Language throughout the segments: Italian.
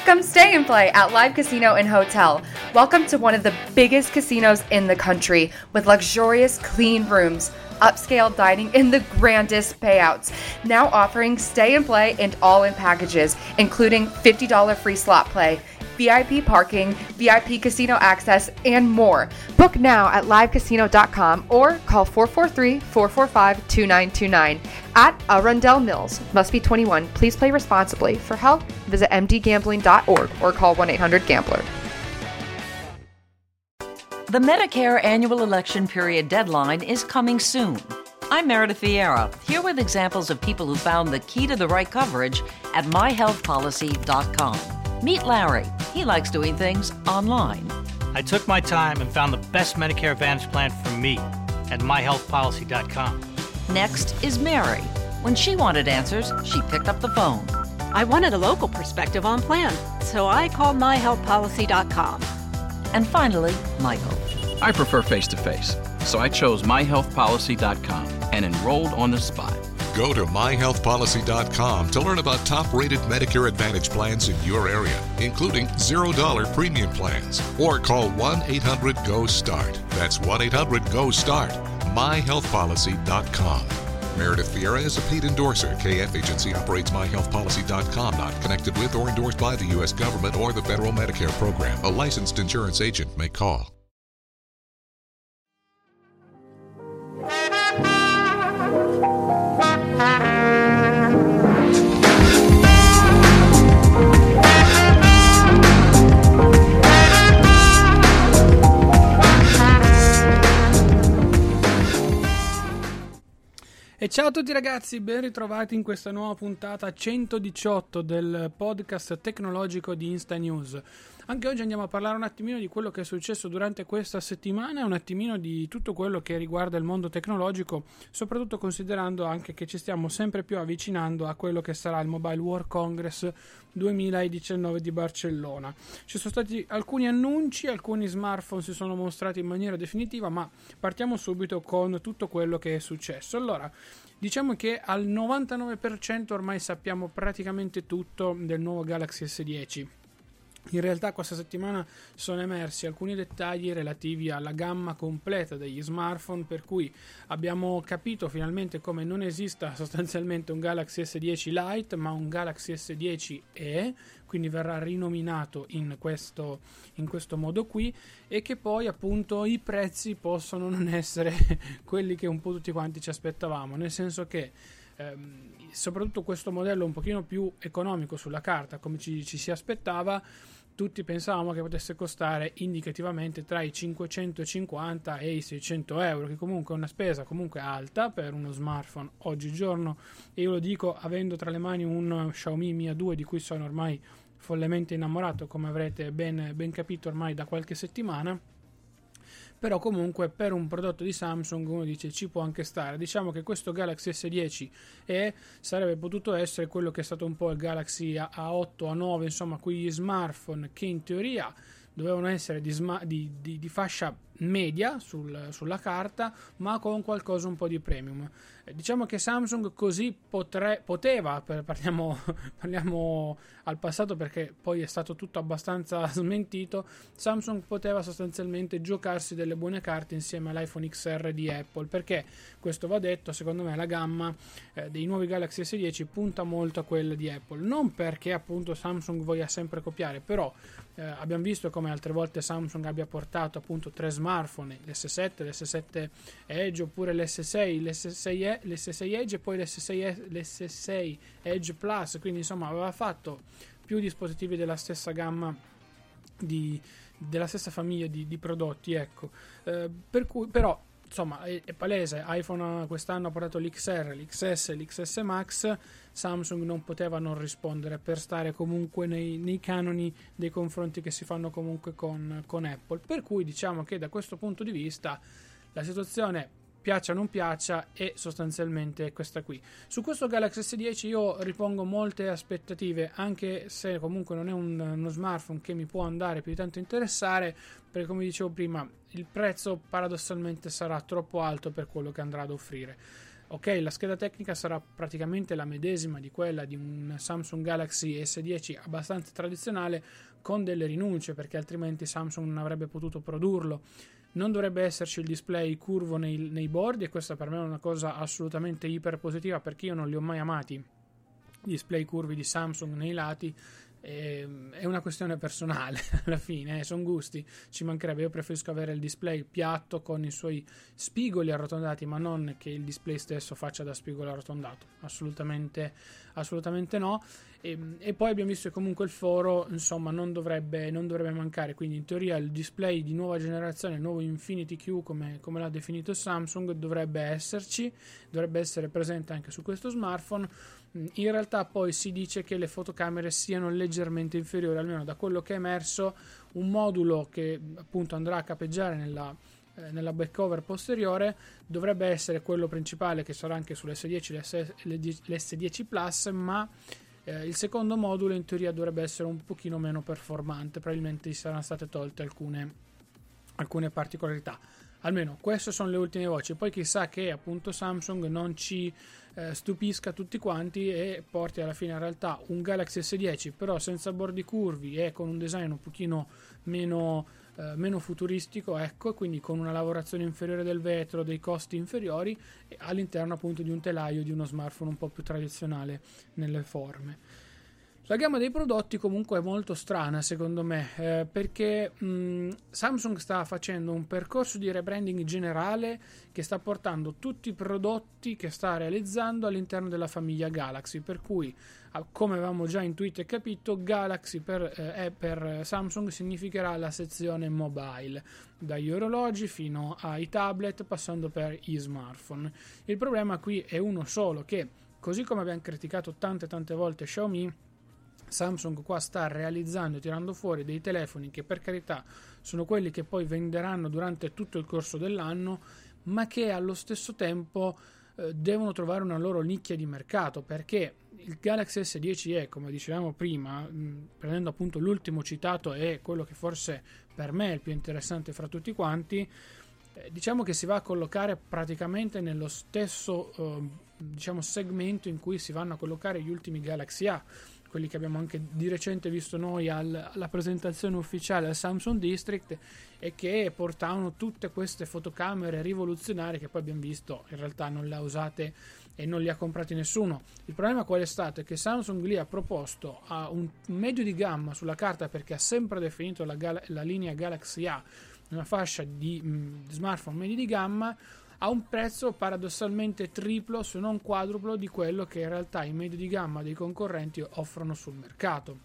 Come stay and play at Live Casino and Hotel. Welcome to one of the biggest casinos in the country with luxurious, clean rooms, upscale dining, and the grandest payouts. Now offering stay and play and all-in packages, including $50 free slot play, VIP parking, VIP casino access, and more. Book now at livecasino.com or call 443-445-2929 at Arundel Mills. Must be 21. Please play responsibly. For help, visit mdgambling.org or call 1-800-GAMBLER. The Medicare annual election period deadline is coming soon. I'm Meredith Vieira, here with examples of people who found the key to the right coverage at myhealthpolicy.com. Meet Larry. He likes doing things online. I took my time and found the best Medicare Advantage plan for me at myhealthpolicy.com. Next is Mary. When she wanted answers, she picked up the phone. I wanted a local perspective on plan, so I called myhealthpolicy.com. And finally, Michael. I prefer face-to-face, so I chose myhealthpolicy.com and enrolled on the spot. Go to myhealthpolicy.com to learn about top-rated Medicare Advantage plans in your area, including $0 premium plans. Or call 1-800-GO-START. That's 1-800-GO-START. myhealthpolicy.com. Meredith Vieira is a paid endorser. KF Agency operates myhealthpolicy.com, not connected with or endorsed by the U.S. government or the federal Medicare program. A licensed insurance agent may call. E ciao a tutti ragazzi, ben ritrovati in questa nuova puntata 118 del podcast tecnologico di Insta News. Anche oggi andiamo a parlare un attimino di quello che è successo durante questa settimana e un attimino di tutto quello che riguarda il mondo tecnologico, soprattutto considerando anche che ci stiamo sempre più avvicinando a quello che sarà il Mobile World Congress 2019 di Barcellona. Ci sono stati alcuni annunci, alcuni smartphone si sono mostrati in maniera definitiva, ma partiamo subito con tutto quello che è successo. Allora, diciamo che al 99% ormai sappiamo praticamente tutto del nuovo Galaxy S10. In realtà questa settimana sono emersi alcuni dettagli relativi alla gamma completa degli smartphone, per cui abbiamo capito finalmente come non esista sostanzialmente un Galaxy S10 Lite ma un Galaxy S10e, quindi verrà rinominato in questo modo qui, e che poi appunto i prezzi possono non essere quelli che un po' tutti quanti ci aspettavamo, nel senso che soprattutto questo modello un pochino più economico sulla carta, come ci si aspettava, tutti pensavamo che potesse costare indicativamente tra i 550 e i 600 euro, che comunque è una spesa comunque alta per uno smartphone oggigiorno, e io lo dico avendo tra le mani un Xiaomi Mi A2 di cui sono ormai follemente innamorato, come avrete ben capito ormai da qualche settimana. Però comunque per un prodotto di Samsung uno dice ci può anche stare. Diciamo che questo Galaxy S10e sarebbe potuto essere quello che è stato un po' il Galaxy A8, A9, insomma quegli smartphone che in teoria dovevano essere di fascia media sulla carta, ma con qualcosa un po' di premium. Diciamo che Samsung così poteva, parliamo al passato perché poi è stato tutto abbastanza smentito, Samsung poteva sostanzialmente giocarsi delle buone carte insieme all'iPhone XR di Apple, perché questo va detto, secondo me la gamma dei nuovi Galaxy S10 punta molto a quella di Apple, non perché appunto Samsung voglia sempre copiare, però abbiamo visto come altre volte Samsung abbia portato appunto tre smartphone, l'S7, l'S7 Edge oppure l'S6, l'S6 Edge e poi l'S6 Edge Plus, quindi insomma aveva fatto più dispositivi della stessa gamma della stessa famiglia di prodotti, ecco. Per cui però insomma è palese, iPhone quest'anno ha portato l'XR, l'XS, l'XS Max, Samsung non poteva non rispondere per stare comunque nei canoni dei confronti che si fanno comunque con Apple, per cui diciamo che da questo punto di vista la situazione, piaccia o non piaccia, è sostanzialmente questa qui. Su questo Galaxy S10 io ripongo molte aspettative, anche se comunque non è uno smartphone che mi può andare più di tanto interessare, perché come dicevo prima il prezzo paradossalmente sarà troppo alto per quello che andrà ad offrire. Ok, la scheda tecnica sarà praticamente la medesima di quella di un Samsung Galaxy S10 abbastanza tradizionale, con delle rinunce, perché altrimenti Samsung non avrebbe potuto produrlo. Non dovrebbe esserci il display curvo nei bordi, e questa per me è una cosa assolutamente iper positiva, perché io non li ho mai amati display curvi di Samsung nei lati. È una questione personale alla fine, sono gusti, ci mancherebbe. Io preferisco avere il display piatto con i suoi spigoli arrotondati, ma non che il display stesso faccia da spigolo arrotondato, assolutamente no. E poi abbiamo visto che comunque il foro, insomma, non dovrebbe mancare, quindi in teoria il display di nuova generazione, il nuovo Infinity Q come l'ha definito Samsung, dovrebbe essere presente anche su questo smartphone. In realtà poi si dice che le fotocamere siano leggermente inferiori, almeno da quello che è emerso. Un modulo che appunto andrà a capeggiare nella back cover posteriore dovrebbe essere quello principale, che sarà anche sull'S10 l'S10 Plus, ma il secondo modulo in teoria dovrebbe essere un pochino meno performante, probabilmente saranno state tolte alcune particolarità. Almeno queste sono le ultime voci, poi chissà che appunto Samsung non ci stupisca tutti quanti e porti alla fine in realtà un Galaxy S10 però senza bordi curvi e con un design un pochino meno futuristico, ecco, quindi con una lavorazione inferiore del vetro, dei costi inferiori, all'interno appunto di un telaio di uno smartphone un po' più tradizionale nelle forme. La gamma dei prodotti comunque è molto strana secondo me, perché Samsung sta facendo un percorso di rebranding generale che sta portando tutti i prodotti che sta realizzando all'interno della famiglia Galaxy, per cui come avevamo già intuito e capito, Galaxy per Samsung significherà la sezione mobile, dagli orologi fino ai tablet passando per gli smartphone. Il problema qui è uno solo, che così come abbiamo criticato tante volte Xiaomi, Samsung qua sta realizzando e tirando fuori dei telefoni che per carità sono quelli che poi venderanno durante tutto il corso dell'anno, ma che allo stesso tempo devono trovare una loro nicchia di mercato, perché il Galaxy S10e, come dicevamo prima, prendendo appunto l'ultimo citato e quello che forse per me è il più interessante fra tutti quanti, diciamo che si va a collocare praticamente nello stesso segmento in cui si vanno a collocare gli ultimi Galaxy A, quelli che abbiamo anche di recente visto noi alla presentazione ufficiale al Samsung District, e che portavano tutte queste fotocamere rivoluzionarie che poi abbiamo visto in realtà non le ha usate e non li ha comprati nessuno. Il problema qual è stato? È che Samsung lì ha proposto a un medio di gamma sulla carta, perché ha sempre definito la linea Galaxy A una fascia di smartphone medio di gamma, a un prezzo paradossalmente triplo se non quadruplo di quello che in realtà i medio di gamma dei concorrenti offrono sul mercato.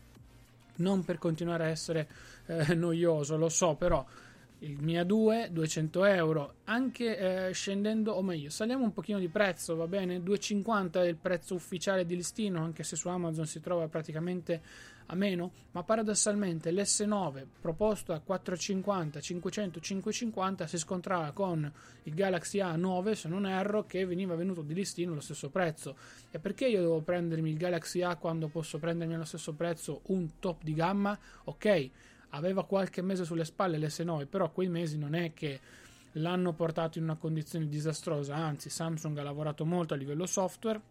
Non per continuare a essere noioso, lo so, però il Mi A2 €200, anche scendendo, o meglio saliamo un pochino di prezzo, va bene, 250 è il prezzo ufficiale di listino, anche se su Amazon si trova praticamente a meno, ma paradossalmente l'S9 proposto a 450, 500, 550 si scontrava con il Galaxy A9, se non erro, che veniva venuto di listino allo stesso prezzo. E perché io devo prendermi il Galaxy A quando posso prendermi allo stesso prezzo un top di gamma? Ok, aveva qualche mese sulle spalle l'S9, però quei mesi non è che l'hanno portato in una condizione disastrosa, anzi Samsung ha lavorato molto a livello software,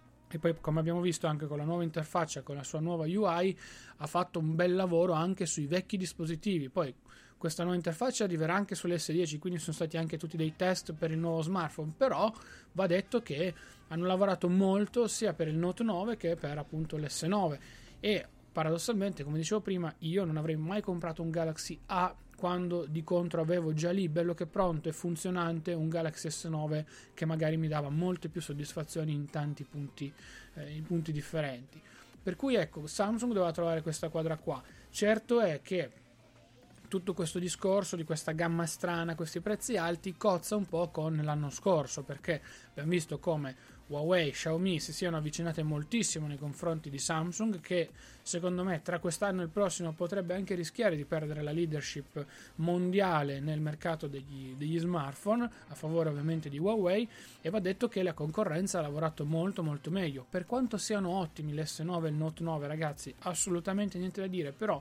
e poi come abbiamo visto anche con la nuova interfaccia, con la sua nuova UI, ha fatto un bel lavoro anche sui vecchi dispositivi. Poi questa nuova interfaccia arriverà anche sull'S10, quindi sono stati anche tutti dei test per il nuovo smartphone, però va detto che hanno lavorato molto sia per il Note 9 che per appunto l'S9, e paradossalmente, come dicevo prima, io non avrei mai comprato un Galaxy A quando di contro avevo già lì, bello che pronto e funzionante, un Galaxy S9 che magari mi dava molte più soddisfazioni in tanti punti differenti. Per cui ecco, Samsung doveva trovare questa quadra qua. Certo è che tutto questo discorso di questa gamma strana, questi prezzi alti, cozza un po' con l'anno scorso, perché abbiamo visto come Huawei, Xiaomi si siano avvicinate moltissimo nei confronti di Samsung, che secondo me tra quest'anno e il prossimo potrebbe anche rischiare di perdere la leadership mondiale nel mercato degli smartphone, a favore ovviamente di Huawei, e va detto che la concorrenza ha lavorato molto molto meglio. Per quanto siano ottimi l'S9 e il Note 9, ragazzi, assolutamente niente da dire, però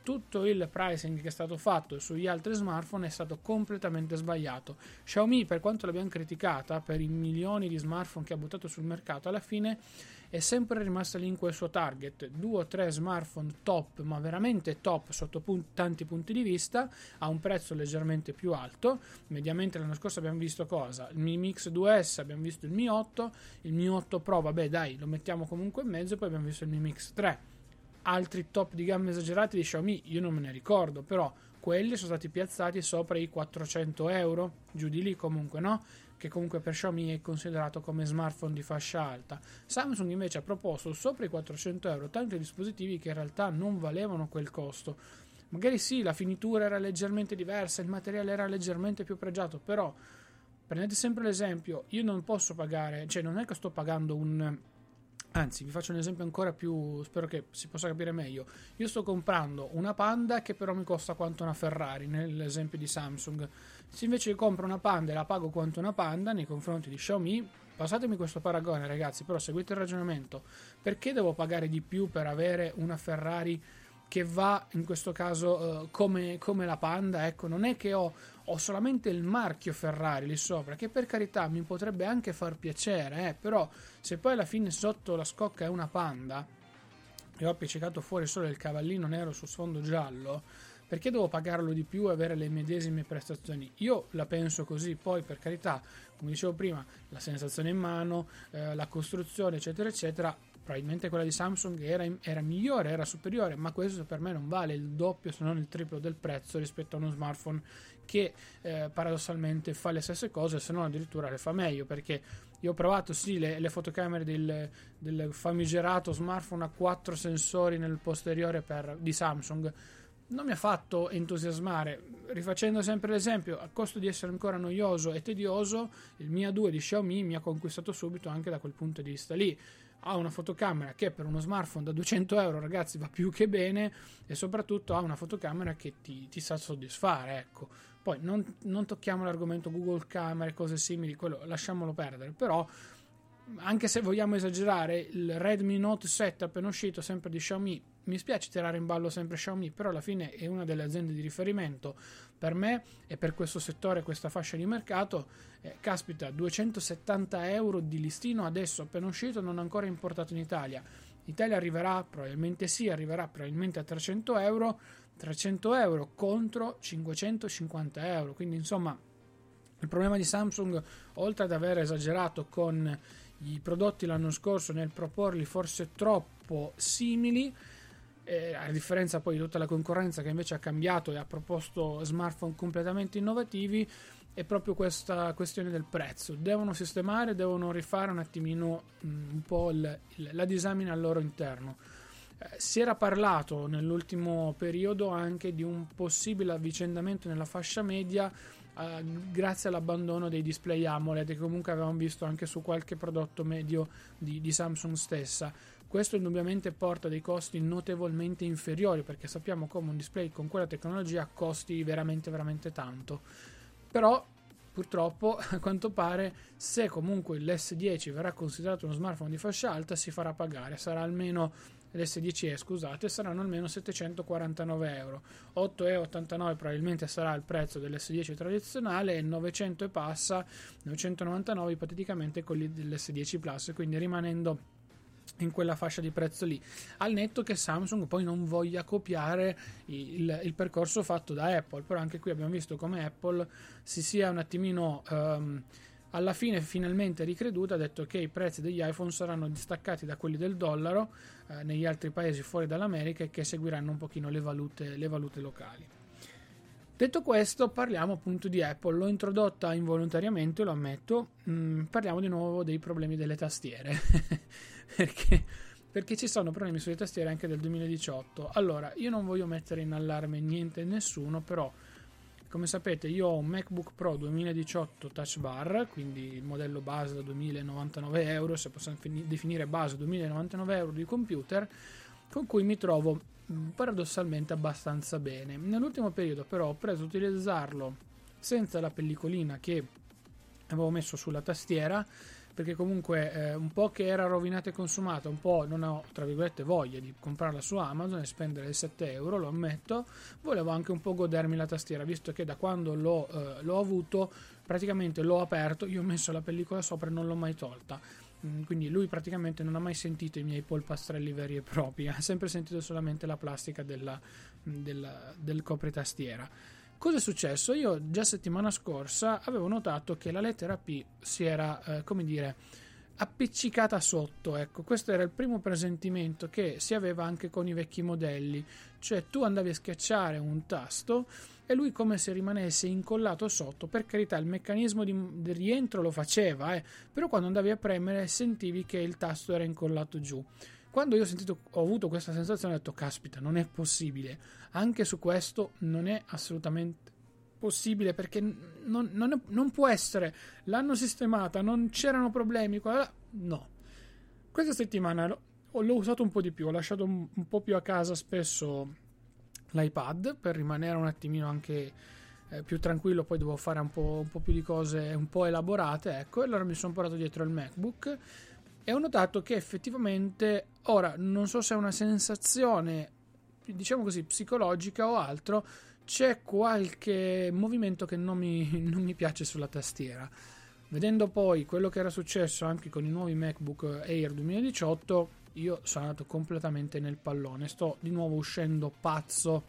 tutto il pricing che è stato fatto sugli altri smartphone è stato completamente sbagliato. Xiaomi, per quanto l'abbiamo criticata per i milioni di smartphone che ha buttato sul mercato, alla fine è sempre rimasta lì in quel suo target, 2 o 3 smartphone top, ma veramente top sotto tanti punti di vista, a un prezzo leggermente più alto. Mediamente l'anno scorso abbiamo visto cosa? Il Mi Mix 2S, abbiamo visto il Mi 8, il Mi 8 Pro, vabbè dai, lo mettiamo comunque in mezzo, poi abbiamo visto il Mi Mix 3. Altri top di gamma esagerati di Xiaomi io non me ne ricordo, però quelli sono stati piazzati sopra i 400 euro, giù di lì comunque, no? Che comunque per Xiaomi è considerato come smartphone di fascia alta. Samsung invece ha proposto sopra i 400 euro tanti dispositivi che in realtà non valevano quel costo. Magari sì, la finitura era leggermente diversa, il materiale era leggermente più pregiato, però prendete sempre l'esempio, io non posso pagare, cioè non è che sto pagando anzi, vi faccio un esempio ancora più, spero che si possa capire meglio. Io sto comprando una Panda che però mi costa quanto una Ferrari, nell'esempio di Samsung. Se invece compro una Panda e la pago quanto una Panda nei confronti di Xiaomi, passatemi questo paragone ragazzi, però seguite il ragionamento. Perché devo pagare di più per avere una Ferrari che va in questo caso come la Panda? Ecco, non è che ho solamente il marchio Ferrari lì sopra, che per carità mi potrebbe anche far piacere, però se poi alla fine sotto la scocca è una Panda e ho appiccicato fuori solo il cavallino nero su sfondo giallo, perché devo pagarlo di più e avere le medesime prestazioni? Io la penso così, poi per carità, come dicevo prima, la sensazione in mano, la costruzione eccetera eccetera, probabilmente quella di Samsung era migliore, era superiore, ma questo per me non vale il doppio se non il triplo del prezzo rispetto a uno smartphone che paradossalmente fa le stesse cose, se non addirittura le fa meglio, perché io ho provato sì le fotocamere del famigerato smartphone a 4 sensori nel posteriore di Samsung, non mi ha fatto entusiasmare. Rifacendo sempre l'esempio, a costo di essere ancora noioso e tedioso, il Mi A2 di Xiaomi mi ha conquistato subito anche da quel punto di vista lì. Ha una fotocamera che per uno smartphone da 200 euro ragazzi va più che bene, e soprattutto ha una fotocamera che ti sa soddisfare, ecco. Poi non tocchiamo l'argomento Google Camera e cose simili, quello lasciamolo perdere, però anche se vogliamo esagerare, il Redmi Note 7 appena uscito, sempre di Xiaomi, mi spiace tirare in ballo sempre Xiaomi, però alla fine è una delle aziende di riferimento per me e per questo settore, questa fascia di mercato. Caspita, 270 euro di listino adesso appena uscito, non ancora importato in Italia. In Italia arriverà probabilmente a 300 euro contro 550 euro, quindi insomma il problema di Samsung, oltre ad aver esagerato con i prodotti l'anno scorso nel proporli forse troppo simili, a differenza poi di tutta la concorrenza che invece ha cambiato e ha proposto smartphone completamente innovativi, è proprio questa questione del prezzo. Devono sistemare, devono rifare un attimino un po' la disamina al loro interno. Si era parlato nell'ultimo periodo anche di un possibile avvicendamento nella fascia media grazie all'abbandono dei display AMOLED che comunque avevamo visto anche su qualche prodotto medio di Samsung stessa. Questo indubbiamente porta dei costi notevolmente inferiori, perché sappiamo come un display con quella tecnologia costi veramente veramente tanto. Però purtroppo a quanto pare, se comunque l'S10 verrà considerato uno smartphone di fascia alta, si farà pagare, sarà almeno l'S10e, scusate, saranno almeno 749 euro. 8,89 probabilmente sarà il prezzo dell'S10 tradizionale e 900 e passa, 999 ipoteticamente quelli dell'S10 Plus, quindi rimanendo in quella fascia di prezzo lì, al netto che Samsung poi non voglia copiare il percorso fatto da Apple. Però anche qui abbiamo visto come Apple si sia un attimino alla fine finalmente ricreduta, ha detto che i prezzi degli iPhone saranno distaccati da quelli del dollaro negli altri paesi fuori dall'America e che seguiranno un pochino le valute locali. Detto questo, parliamo appunto di Apple. L'ho introdotta involontariamente, lo ammetto. Parliamo di nuovo dei problemi delle tastiere perché ci sono problemi sulle tastiere anche del 2018. Allora, io non voglio mettere in allarme niente e nessuno, però come sapete io ho un MacBook Pro 2018 Touch Bar, quindi il modello base da 2099 euro, se possiamo definire base 2099 euro di computer, con cui mi trovo paradossalmente abbastanza bene. Nell'ultimo periodo però ho preso a utilizzarlo senza la pellicolina che avevo messo sulla tastiera, perché comunque un po' che era rovinata e consumata, un po' non ho, tra virgolette, voglia di comprarla su Amazon e spendere 7 euro, lo ammetto. Volevo anche un po' godermi la tastiera, visto che da quando l'ho avuto praticamente l'ho aperto, io ho messo la pellicola sopra e non l'ho mai tolta, quindi lui praticamente non ha mai sentito i miei polpastrelli veri e propri, ha sempre sentito solamente la plastica del copritastiera. Cosa è successo? Io già settimana scorsa avevo notato che la lettera P si era, appiccicata sotto, ecco, questo era il primo presentimento che si aveva anche con i vecchi modelli, cioè tu andavi a schiacciare un tasto e lui come se rimanesse incollato sotto. Per carità, il meccanismo di rientro lo faceva, però quando andavi a premere sentivi che il tasto era incollato giù. Quando io ho avuto questa sensazione, ho detto caspita, non è possibile, anche su questo non è assolutamente possibile, perché non può essere, l'hanno sistemata, non c'erano problemi, no. Questa settimana l'ho usato un po' di più, ho lasciato un po' più a casa spesso l'iPad per rimanere un attimino anche più tranquillo, poi devo fare un po' più di cose un po' elaborate, ecco, e allora mi sono portato dietro il MacBook e ho notato che effettivamente, ora non so se è una sensazione, diciamo così, psicologica o altro, c'è qualche movimento che non mi piace sulla tastiera. Vedendo poi quello che era successo anche con i nuovi MacBook Air 2018, io sono andato completamente nel pallone, sto di nuovo uscendo pazzo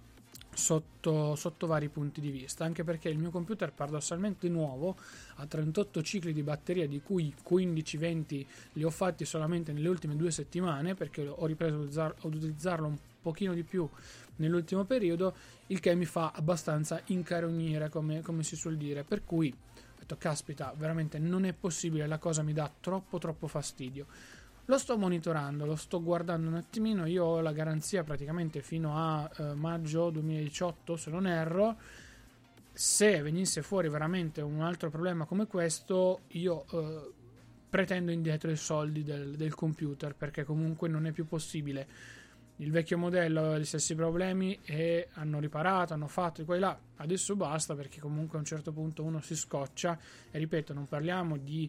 sotto vari punti di vista, anche perché il mio computer paradossalmente nuovo ha 38 cicli di batteria, di cui 15-20 li ho fatti solamente nelle ultime 2 settimane, perché ho ripreso ad utilizzarlo un pochino di più nell'ultimo periodo, il che mi fa abbastanza incarognire, come si suol dire, per cui ho detto caspita, veramente non è possibile, la cosa mi dà troppo fastidio. Lo sto monitorando, lo sto guardando un attimino, io ho la garanzia praticamente fino a maggio 2018 se non erro. Se venisse fuori veramente un altro problema come questo, io pretendo indietro i soldi del computer, perché comunque non è più possibile. Il vecchio modello aveva gli stessi problemi e hanno riparato, hanno fatto di qua e là, adesso basta, perché comunque a un certo punto uno si scoccia, e ripeto, non parliamo di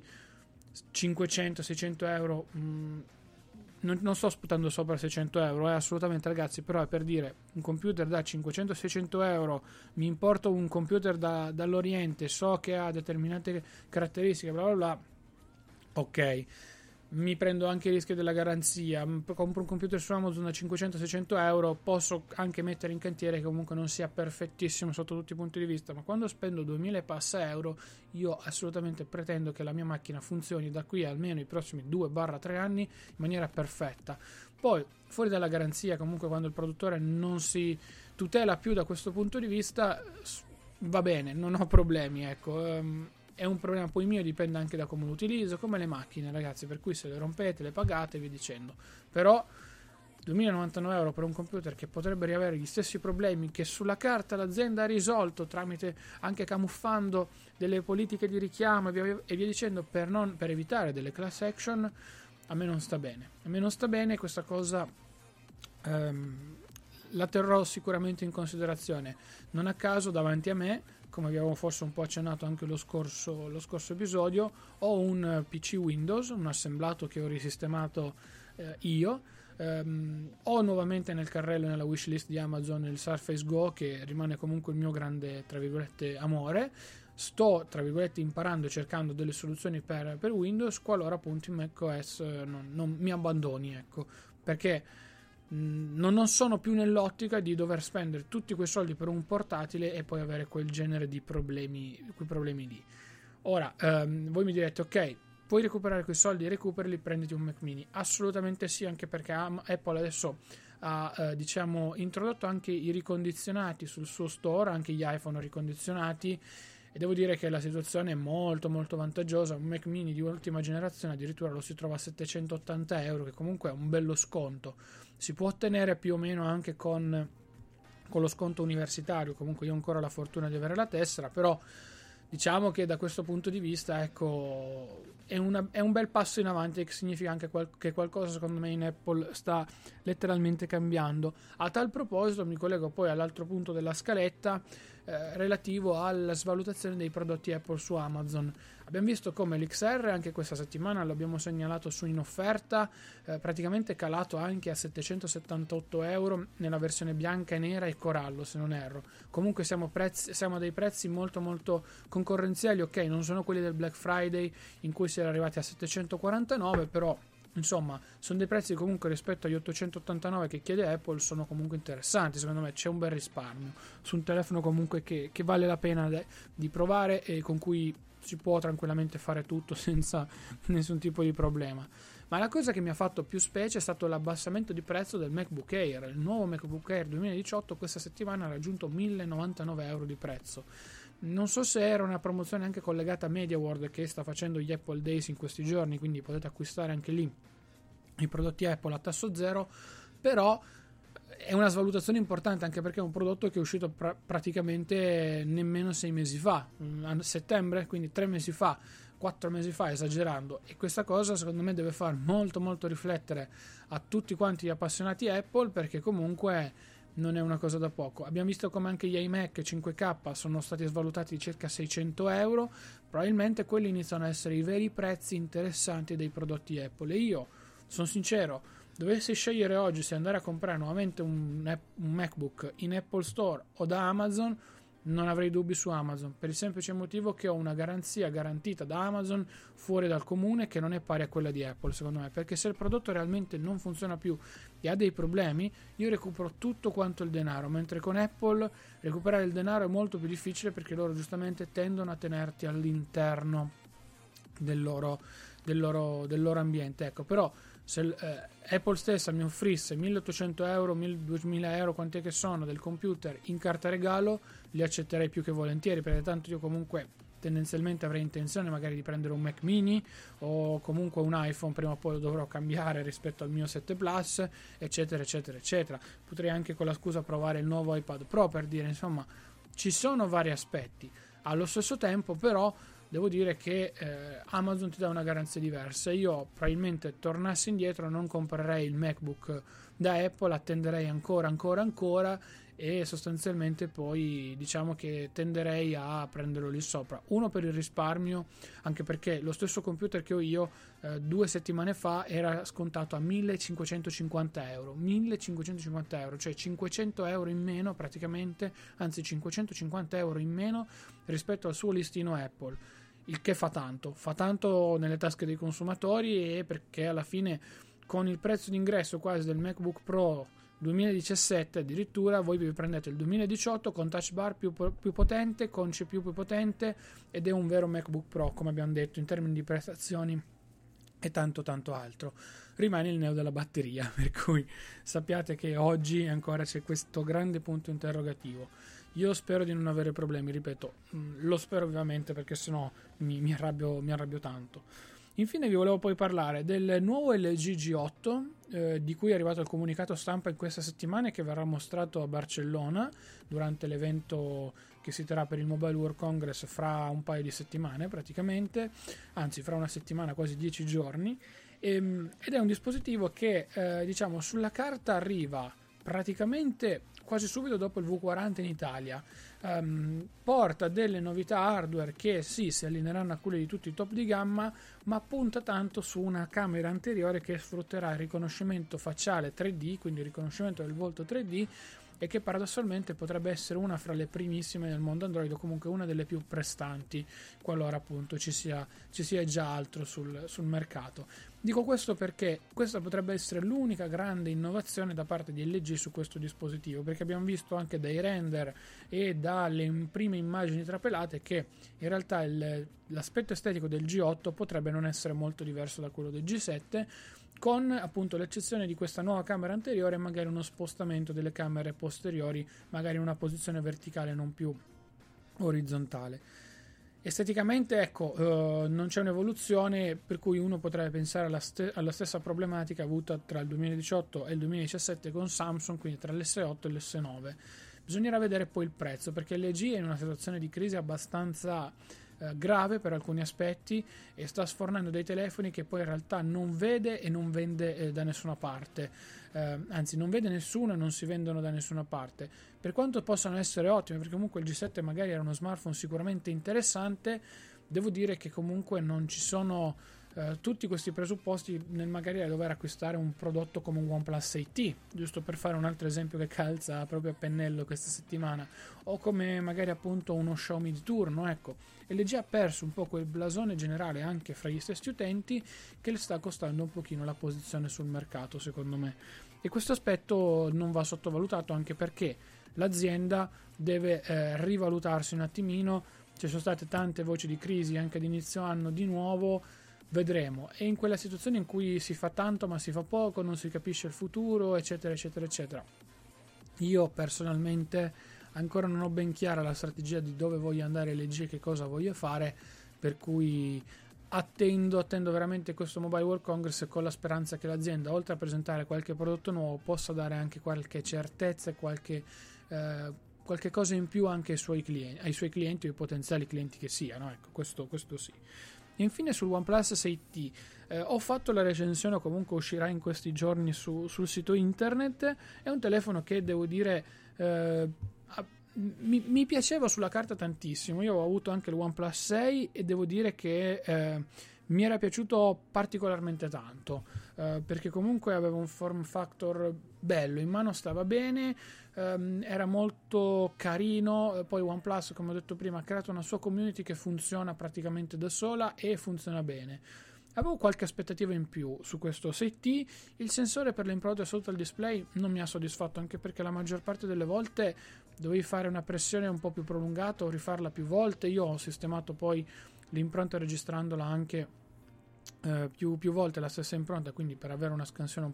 500-600 euro, non sto sputando sopra 600 euro, assolutamente ragazzi, però è per dire, un computer da 500-600 euro, mi importo un computer dall'Oriente, so che ha determinate caratteristiche, bla bla bla, ok, mi prendo anche i rischi della garanzia, compro un computer su Amazon da 500-600 euro, posso anche mettere in cantiere che comunque non sia perfettissimo sotto tutti i punti di vista, ma quando spendo 2000 e passa euro, io assolutamente pretendo che la mia macchina funzioni da qui almeno i prossimi 2-3 anni in maniera perfetta. Poi, fuori dalla garanzia, comunque quando il produttore non si tutela più da questo punto di vista, va bene, non ho problemi, ecco. È un problema poi mio, dipende anche da come lo utilizzo, come le macchine, ragazzi, per cui se le rompete, le pagate e via dicendo. Però 2.099 euro per un computer che potrebbe riavere gli stessi problemi che sulla carta l'azienda ha risolto tramite anche camuffando delle politiche di richiamo e via dicendo, per evitare delle class action, a me non sta bene. A me non sta bene questa cosa. La terrò sicuramente in considerazione. Non a caso davanti a me, come abbiamo forse un po' accennato anche lo scorso episodio, ho un PC Windows, un assemblato che ho risistemato io. Ho nuovamente nel carrello, nella wishlist di Amazon, il Surface Go, che rimane comunque il mio grande, tra virgolette, amore. Sto, tra virgolette, imparando e cercando delle soluzioni per Windows, qualora appunto in macOS non mi abbandoni, ecco, perché non sono più nell'ottica di dover spendere tutti quei soldi per un portatile e poi avere quel genere di problemi lì. Ora, voi mi direte, ok, puoi recuperare quei soldi, recuperali, prenditi un Mac Mini. Assolutamente sì, anche perché Apple adesso ha introdotto anche i ricondizionati sul suo store, anche gli iPhone ricondizionati, e devo dire che la situazione è molto molto vantaggiosa. Un Mac Mini di ultima generazione addirittura lo si trova a 780 euro, che comunque è un bello sconto. Si può ottenere più o meno anche con lo sconto universitario. Comunque io ho ancora la fortuna di avere la tessera, però diciamo che da questo punto di vista, ecco, è un bel passo in avanti, che significa anche che qualcosa secondo me in Apple sta letteralmente cambiando. A tal proposito mi collego poi all'altro punto della scaletta, relativo alla svalutazione dei prodotti Apple su Amazon. Abbiamo visto come l'XR anche questa settimana, l'abbiamo segnalato su in offerta, praticamente calato anche a 778 euro nella versione bianca e nera e corallo, se non erro. Comunque siamo a dei prezzi molto molto concorrenziali, ok, non sono quelli del Black Friday in cui si era arrivati a 749, però insomma sono dei prezzi comunque rispetto agli 889 che chiede Apple, sono comunque interessanti. Secondo me c'è un bel risparmio su un telefono comunque che vale la pena di provare e con cui si può tranquillamente fare tutto senza nessun tipo di problema. Ma la cosa che mi ha fatto più specie è stato l'abbassamento di prezzo del MacBook Air. Il nuovo MacBook Air 2018 questa settimana ha raggiunto 1099 euro di prezzo. Non so se era una promozione anche collegata a MediaWorld, che sta facendo gli Apple Days in questi giorni, quindi potete acquistare anche lì i prodotti Apple a tasso zero, però è una svalutazione importante, anche perché è un prodotto che è uscito praticamente nemmeno 6 mesi fa, a settembre, quindi 3 mesi fa, 4 mesi fa, esagerando, e questa cosa secondo me deve far molto molto riflettere a tutti quanti gli appassionati Apple, perché comunque non è una cosa da poco. Abbiamo visto come anche gli iMac 5K sono stati svalutati di circa 600 euro, probabilmente quelli iniziano a essere i veri prezzi interessanti dei prodotti Apple. E io sono sincero, dovessi scegliere oggi se andare a comprare nuovamente un MacBook in Apple Store o da Amazon, non avrei dubbi su Amazon, per il semplice motivo che ho una garanzia garantita da Amazon fuori dal comune, che non è pari a quella di Apple, secondo me, perché se il prodotto realmente non funziona più e ha dei problemi, io recupero tutto quanto il denaro, mentre con Apple recuperare il denaro è molto più difficile, perché loro giustamente tendono a tenerti all'interno del loro ambiente. Ecco, però se Apple stessa mi offrisse 1800 euro, 2000 euro, quanti è che sono, del computer in carta regalo, li accetterei più che volentieri, perché tanto io comunque tendenzialmente avrei intenzione magari di prendere un Mac mini o comunque un iPhone, prima o poi lo dovrò cambiare rispetto al mio 7 Plus, eccetera eccetera eccetera. Potrei anche con la scusa provare il nuovo iPad Pro, per dire, insomma ci sono vari aspetti. Allo stesso tempo però devo dire che Amazon ti dà una garanzia diversa. Io probabilmente, tornassi indietro, non comprerei il MacBook da Apple, attenderei ancora e sostanzialmente poi diciamo che tenderei a prenderlo lì sopra. Uno, per il risparmio, anche perché lo stesso computer che ho io 2 settimane fa era scontato a 1550 euro, cioè 500 euro in meno praticamente, anzi 550 euro in meno rispetto al suo listino Apple, il che fa tanto nelle tasche dei consumatori, e perché alla fine con il prezzo d'ingresso quasi del MacBook Pro 2017 addirittura voi vi prendete il 2018 con touch bar più potente, con CPU più potente, ed è un vero MacBook Pro, come abbiamo detto, in termini di prestazioni e tanto altro. Rimane il neo della batteria, per cui sappiate che oggi ancora c'è questo grande punto interrogativo. Io spero di non avere problemi, ripeto, lo spero vivamente, perché sennò mi arrabbio tanto. Infine vi volevo poi parlare del nuovo LG G8, di cui è arrivato il comunicato stampa in questa settimana e che verrà mostrato a Barcellona durante l'evento che si terrà per il Mobile World Congress fra un paio di settimane praticamente, anzi fra una settimana, quasi 10 giorni, ed è un dispositivo che diciamo sulla carta arriva praticamente quasi subito dopo il V40 in Italia. Porta delle novità hardware che sì, si allineeranno a quelle di tutti i top di gamma, ma punta tanto su una camera anteriore che sfrutterà il riconoscimento facciale 3D, quindi il riconoscimento del volto 3D, e che paradossalmente potrebbe essere una fra le primissime nel mondo Android, o comunque una delle più prestanti, qualora appunto ci sia già altro sul mercato. Dico questo perché questa potrebbe essere l'unica grande innovazione da parte di LG su questo dispositivo, perché abbiamo visto anche dai render e dalle prime immagini trapelate che in realtà l'aspetto estetico del G8 potrebbe non essere molto diverso da quello del G7, con appunto l'eccezione di questa nuova camera anteriore e magari uno spostamento delle camere posteriori, magari in una posizione verticale non più orizzontale. Esteticamente, ecco, non c'è un'evoluzione, per cui uno potrebbe pensare alla stessa problematica avuta tra il 2018 e il 2017 con Samsung, quindi tra l'S8 e l'S9. Bisognerà vedere poi il prezzo, perché LG è in una situazione di crisi abbastanza grave per alcuni aspetti, e sta sfornando dei telefoni che poi in realtà non vede e non vende da nessuna parte, anzi non vede nessuno e non si vendono da nessuna parte, per quanto possano essere ottimi, perché comunque il G7 magari era uno smartphone sicuramente interessante. Devo dire che comunque non ci sono tutti questi presupposti nel magari dover acquistare un prodotto come un OnePlus 6T, giusto per fare un altro esempio che calza proprio a pennello questa settimana, o come magari appunto uno Xiaomi di turno. Ecco, LG ha perso un po' quel blasone generale anche fra gli stessi utenti, che le sta costando un pochino la posizione sul mercato, secondo me, e questo aspetto non va sottovalutato, anche perché l'azienda deve rivalutarsi un attimino. Ci sono state tante voci di crisi anche ad inizio anno, di nuovo vedremo, e in quella situazione in cui si fa tanto ma si fa poco, non si capisce il futuro, eccetera eccetera eccetera. Io personalmente ancora non ho ben chiara la strategia di dove voglio andare LG e che cosa voglio fare, per cui attendo veramente questo Mobile World Congress con la speranza che l'azienda, oltre a presentare qualche prodotto nuovo, possa dare anche qualche certezza e qualche cosa in più anche ai suoi clienti o ai potenziali clienti che siano. Ecco, questo sì. E infine sul OnePlus 6T ho fatto la recensione, o comunque uscirà in questi giorni sul sito internet. È un telefono che devo dire mi piaceva sulla carta tantissimo. Io ho avuto anche il OnePlus 6 e devo dire che mi era piaciuto particolarmente tanto, perché comunque aveva un form factor bello, in mano stava bene, era molto carino. Poi OnePlus, come ho detto prima, ha creato una sua community che funziona praticamente da sola e funziona bene. Avevo qualche aspettativa in più su questo 6T. Il sensore per le impronte sotto il display non mi ha soddisfatto, anche perché la maggior parte delle volte dovevi fare una pressione un po' più prolungata o rifarla più volte. Io ho sistemato poi l'impronta registrandola anche più volte la stessa impronta, quindi per avere una scansione un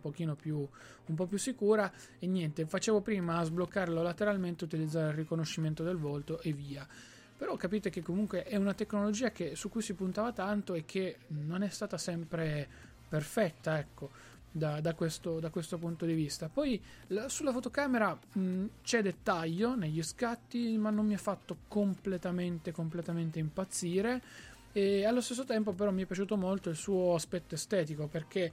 po' più sicura, e niente, facevo prima a sbloccarlo lateralmente, utilizzare il riconoscimento del volto e via. Però capite che comunque è una tecnologia su cui si puntava tanto e che non è stata sempre perfetta, ecco, da questo punto di vista. Poi sulla fotocamera c'è dettaglio negli scatti, ma non mi ha fatto completamente impazzire. E allo stesso tempo però mi è piaciuto molto il suo aspetto estetico, perché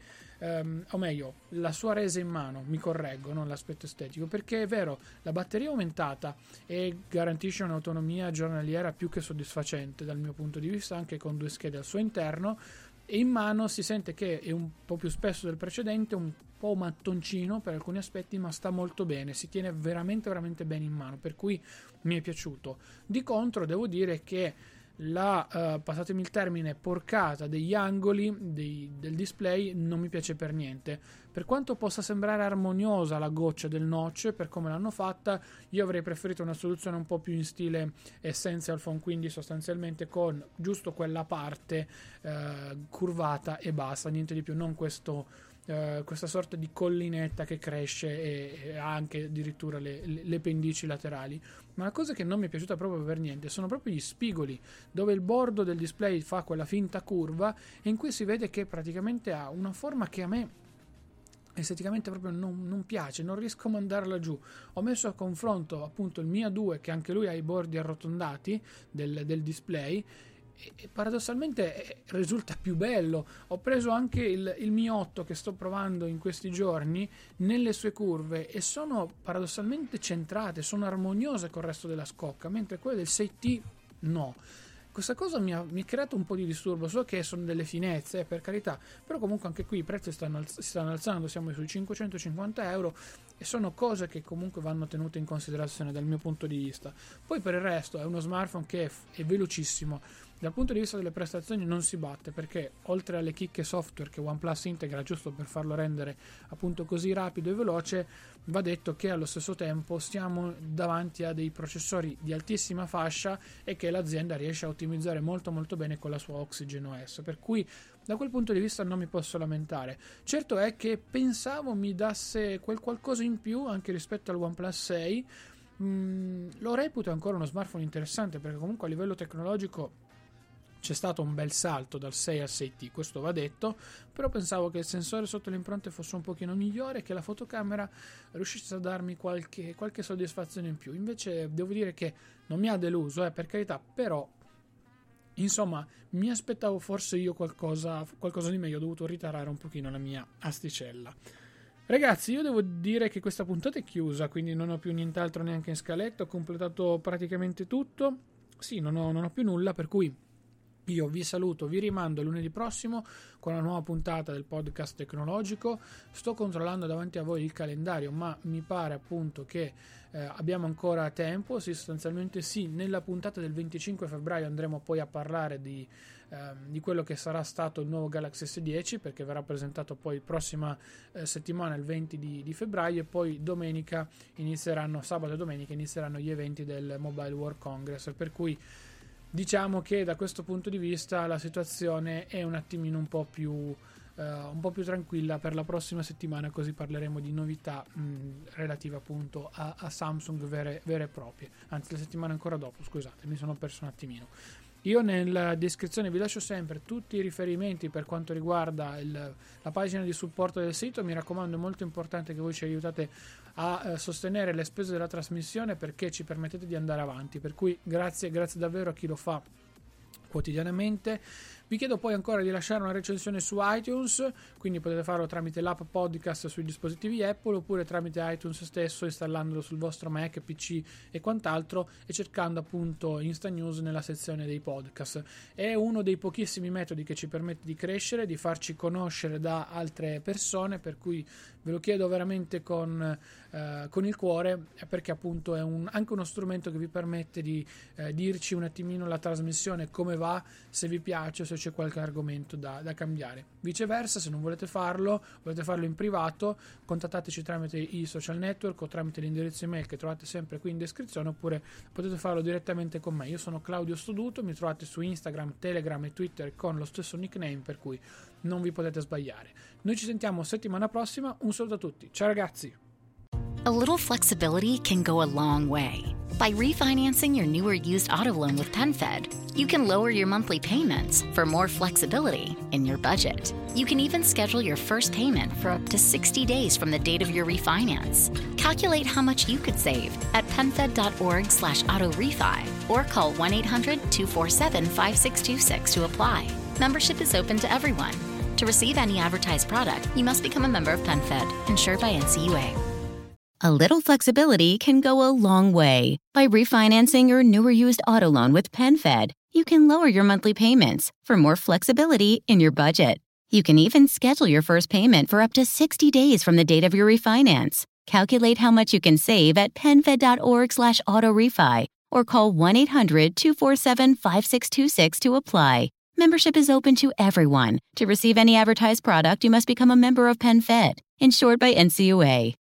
o meglio, la sua resa in mano, mi correggo, non l'aspetto estetico, perché è vero, la batteria è aumentata e garantisce un'autonomia giornaliera più che soddisfacente dal mio punto di vista, anche con 2 schede al suo interno, e in mano si sente che è un po' più spesso del precedente, un po' mattoncino per alcuni aspetti, ma sta molto bene, si tiene veramente bene in mano, per cui mi è piaciuto. Di contro devo dire che passatemi il termine, porcata degli angoli del display non mi piace per niente. Per quanto possa sembrare armoniosa la goccia del notch per come l'hanno fatta, io avrei preferito una soluzione un po' più in stile Essential Phone, quindi sostanzialmente con giusto quella parte curvata e basta, niente di più, non questa sorta di collinetta che cresce e ha anche addirittura le pendici laterali. Ma la cosa che non mi è piaciuta proprio per niente sono proprio gli spigoli, dove il bordo del display fa quella finta curva e in cui si vede che praticamente ha una forma che a me esteticamente proprio non piace, non riesco a mandarla giù. Ho messo a confronto appunto il Mi A2, che anche lui ha i bordi arrotondati del display, e paradossalmente risulta più bello. Ho preso anche il Mi 8 che sto provando in questi giorni nelle sue curve e sono paradossalmente centrate, sono armoniose col resto della scocca, mentre quelle del 6T no. Questa cosa mi ha creato un po' di disturbo. So che sono delle finezze, per carità, però comunque anche qui i prezzi si stanno alzando, siamo sui 550 euro e sono cose che comunque vanno tenute in considerazione dal mio punto di vista. Poi per il resto è uno smartphone che è velocissimo. Dal punto di vista delle prestazioni non si batte, perché oltre alle chicche software che OnePlus integra giusto per farlo rendere appunto così rapido e veloce, va detto che allo stesso tempo stiamo davanti a dei processori di altissima fascia e che l'azienda riesce a ottimizzare molto bene con la sua Oxygen OS, per cui da quel punto di vista non mi posso lamentare. Certo è che pensavo mi dasse quel qualcosa in più anche rispetto al OnePlus 6. Lo reputo ancora uno smartphone interessante, perché comunque a livello tecnologico c'è stato un bel salto dal 6 al 6T, questo va detto, però pensavo che il sensore sotto le impronte fosse un pochino migliore, che la fotocamera riuscisse a darmi qualche soddisfazione in più. Invece devo dire che non mi ha deluso, per carità, però Insomma, mi aspettavo forse io qualcosa di meglio, ho dovuto ritarare un pochino la mia asticella. Ragazzi, io devo dire che questa puntata è chiusa, quindi non ho più nient'altro neanche in scaletta, ho completato praticamente tutto. Sì, non ho più nulla, per cui io vi saluto, vi rimando lunedì prossimo con una nuova puntata del podcast tecnologico. Sto controllando davanti a voi il calendario, ma mi pare appunto che abbiamo ancora tempo. Sì, sostanzialmente sì, nella puntata del 25 febbraio andremo poi a parlare di quello che sarà stato il nuovo Galaxy S10, perché verrà presentato poi prossima settimana, il 20 di febbraio, e poi sabato e domenica inizieranno gli eventi del Mobile World Congress, per cui diciamo che da questo punto di vista la situazione è un attimino un po' più tranquilla per la prossima settimana, così parleremo di novità relative appunto a Samsung vere e proprie. Anzi, la settimana ancora dopo, scusate, mi sono perso un attimino. Io nella descrizione vi lascio sempre tutti i riferimenti per quanto riguarda la pagina di supporto del sito. Mi raccomando, è molto importante che voi ci aiutate a sostenere le spese della trasmissione, perché ci permettete di andare avanti, per cui grazie davvero a chi lo fa quotidianamente. Vi chiedo poi ancora di lasciare una recensione su iTunes, quindi potete farlo tramite l'app podcast sui dispositivi Apple, oppure tramite iTunes stesso, installandolo sul vostro Mac, PC e quant'altro, e cercando appunto Insta News nella sezione dei podcast. È uno dei pochissimi metodi che ci permette di crescere, di farci conoscere da altre persone, per cui ve lo chiedo veramente con il cuore, perché appunto è anche uno strumento che vi permette di dirci un attimino la trasmissione come va, se vi piace o se c'è qualche argomento da cambiare. Viceversa, se non volete farlo in privato, contattateci tramite i social network o tramite l'indirizzo email che trovate sempre qui in descrizione, oppure potete farlo direttamente con me. Io sono Claudio Stoduto, mi trovate su Instagram, Telegram e Twitter con lo stesso nickname, per cui non vi potete sbagliare. Noi ci sentiamo settimana prossima, un saluto a tutti, ciao ragazzi! A little flexibility can go a long way. By refinancing your newer used auto loan with PenFed, you can lower your monthly payments for more flexibility in your budget. You can even schedule your first payment for up to 60 days from the date of your refinance. Calculate how much you could save at PenFed.org/auto-refi or call 1-800-247-5626 to apply. Membership is open to everyone. To receive any advertised product, you must become a member of PenFed, insured by NCUA. A little flexibility can go a long way. By refinancing your newer used auto loan with PenFed, you can lower your monthly payments for more flexibility in your budget. You can even schedule your first payment for up to 60 days from the date of your refinance. Calculate how much you can save at PenFed.org/auto-refi or call 1-800-247-5626 to apply. Membership is open to everyone. To receive any advertised product, you must become a member of PenFed, insured by NCUA.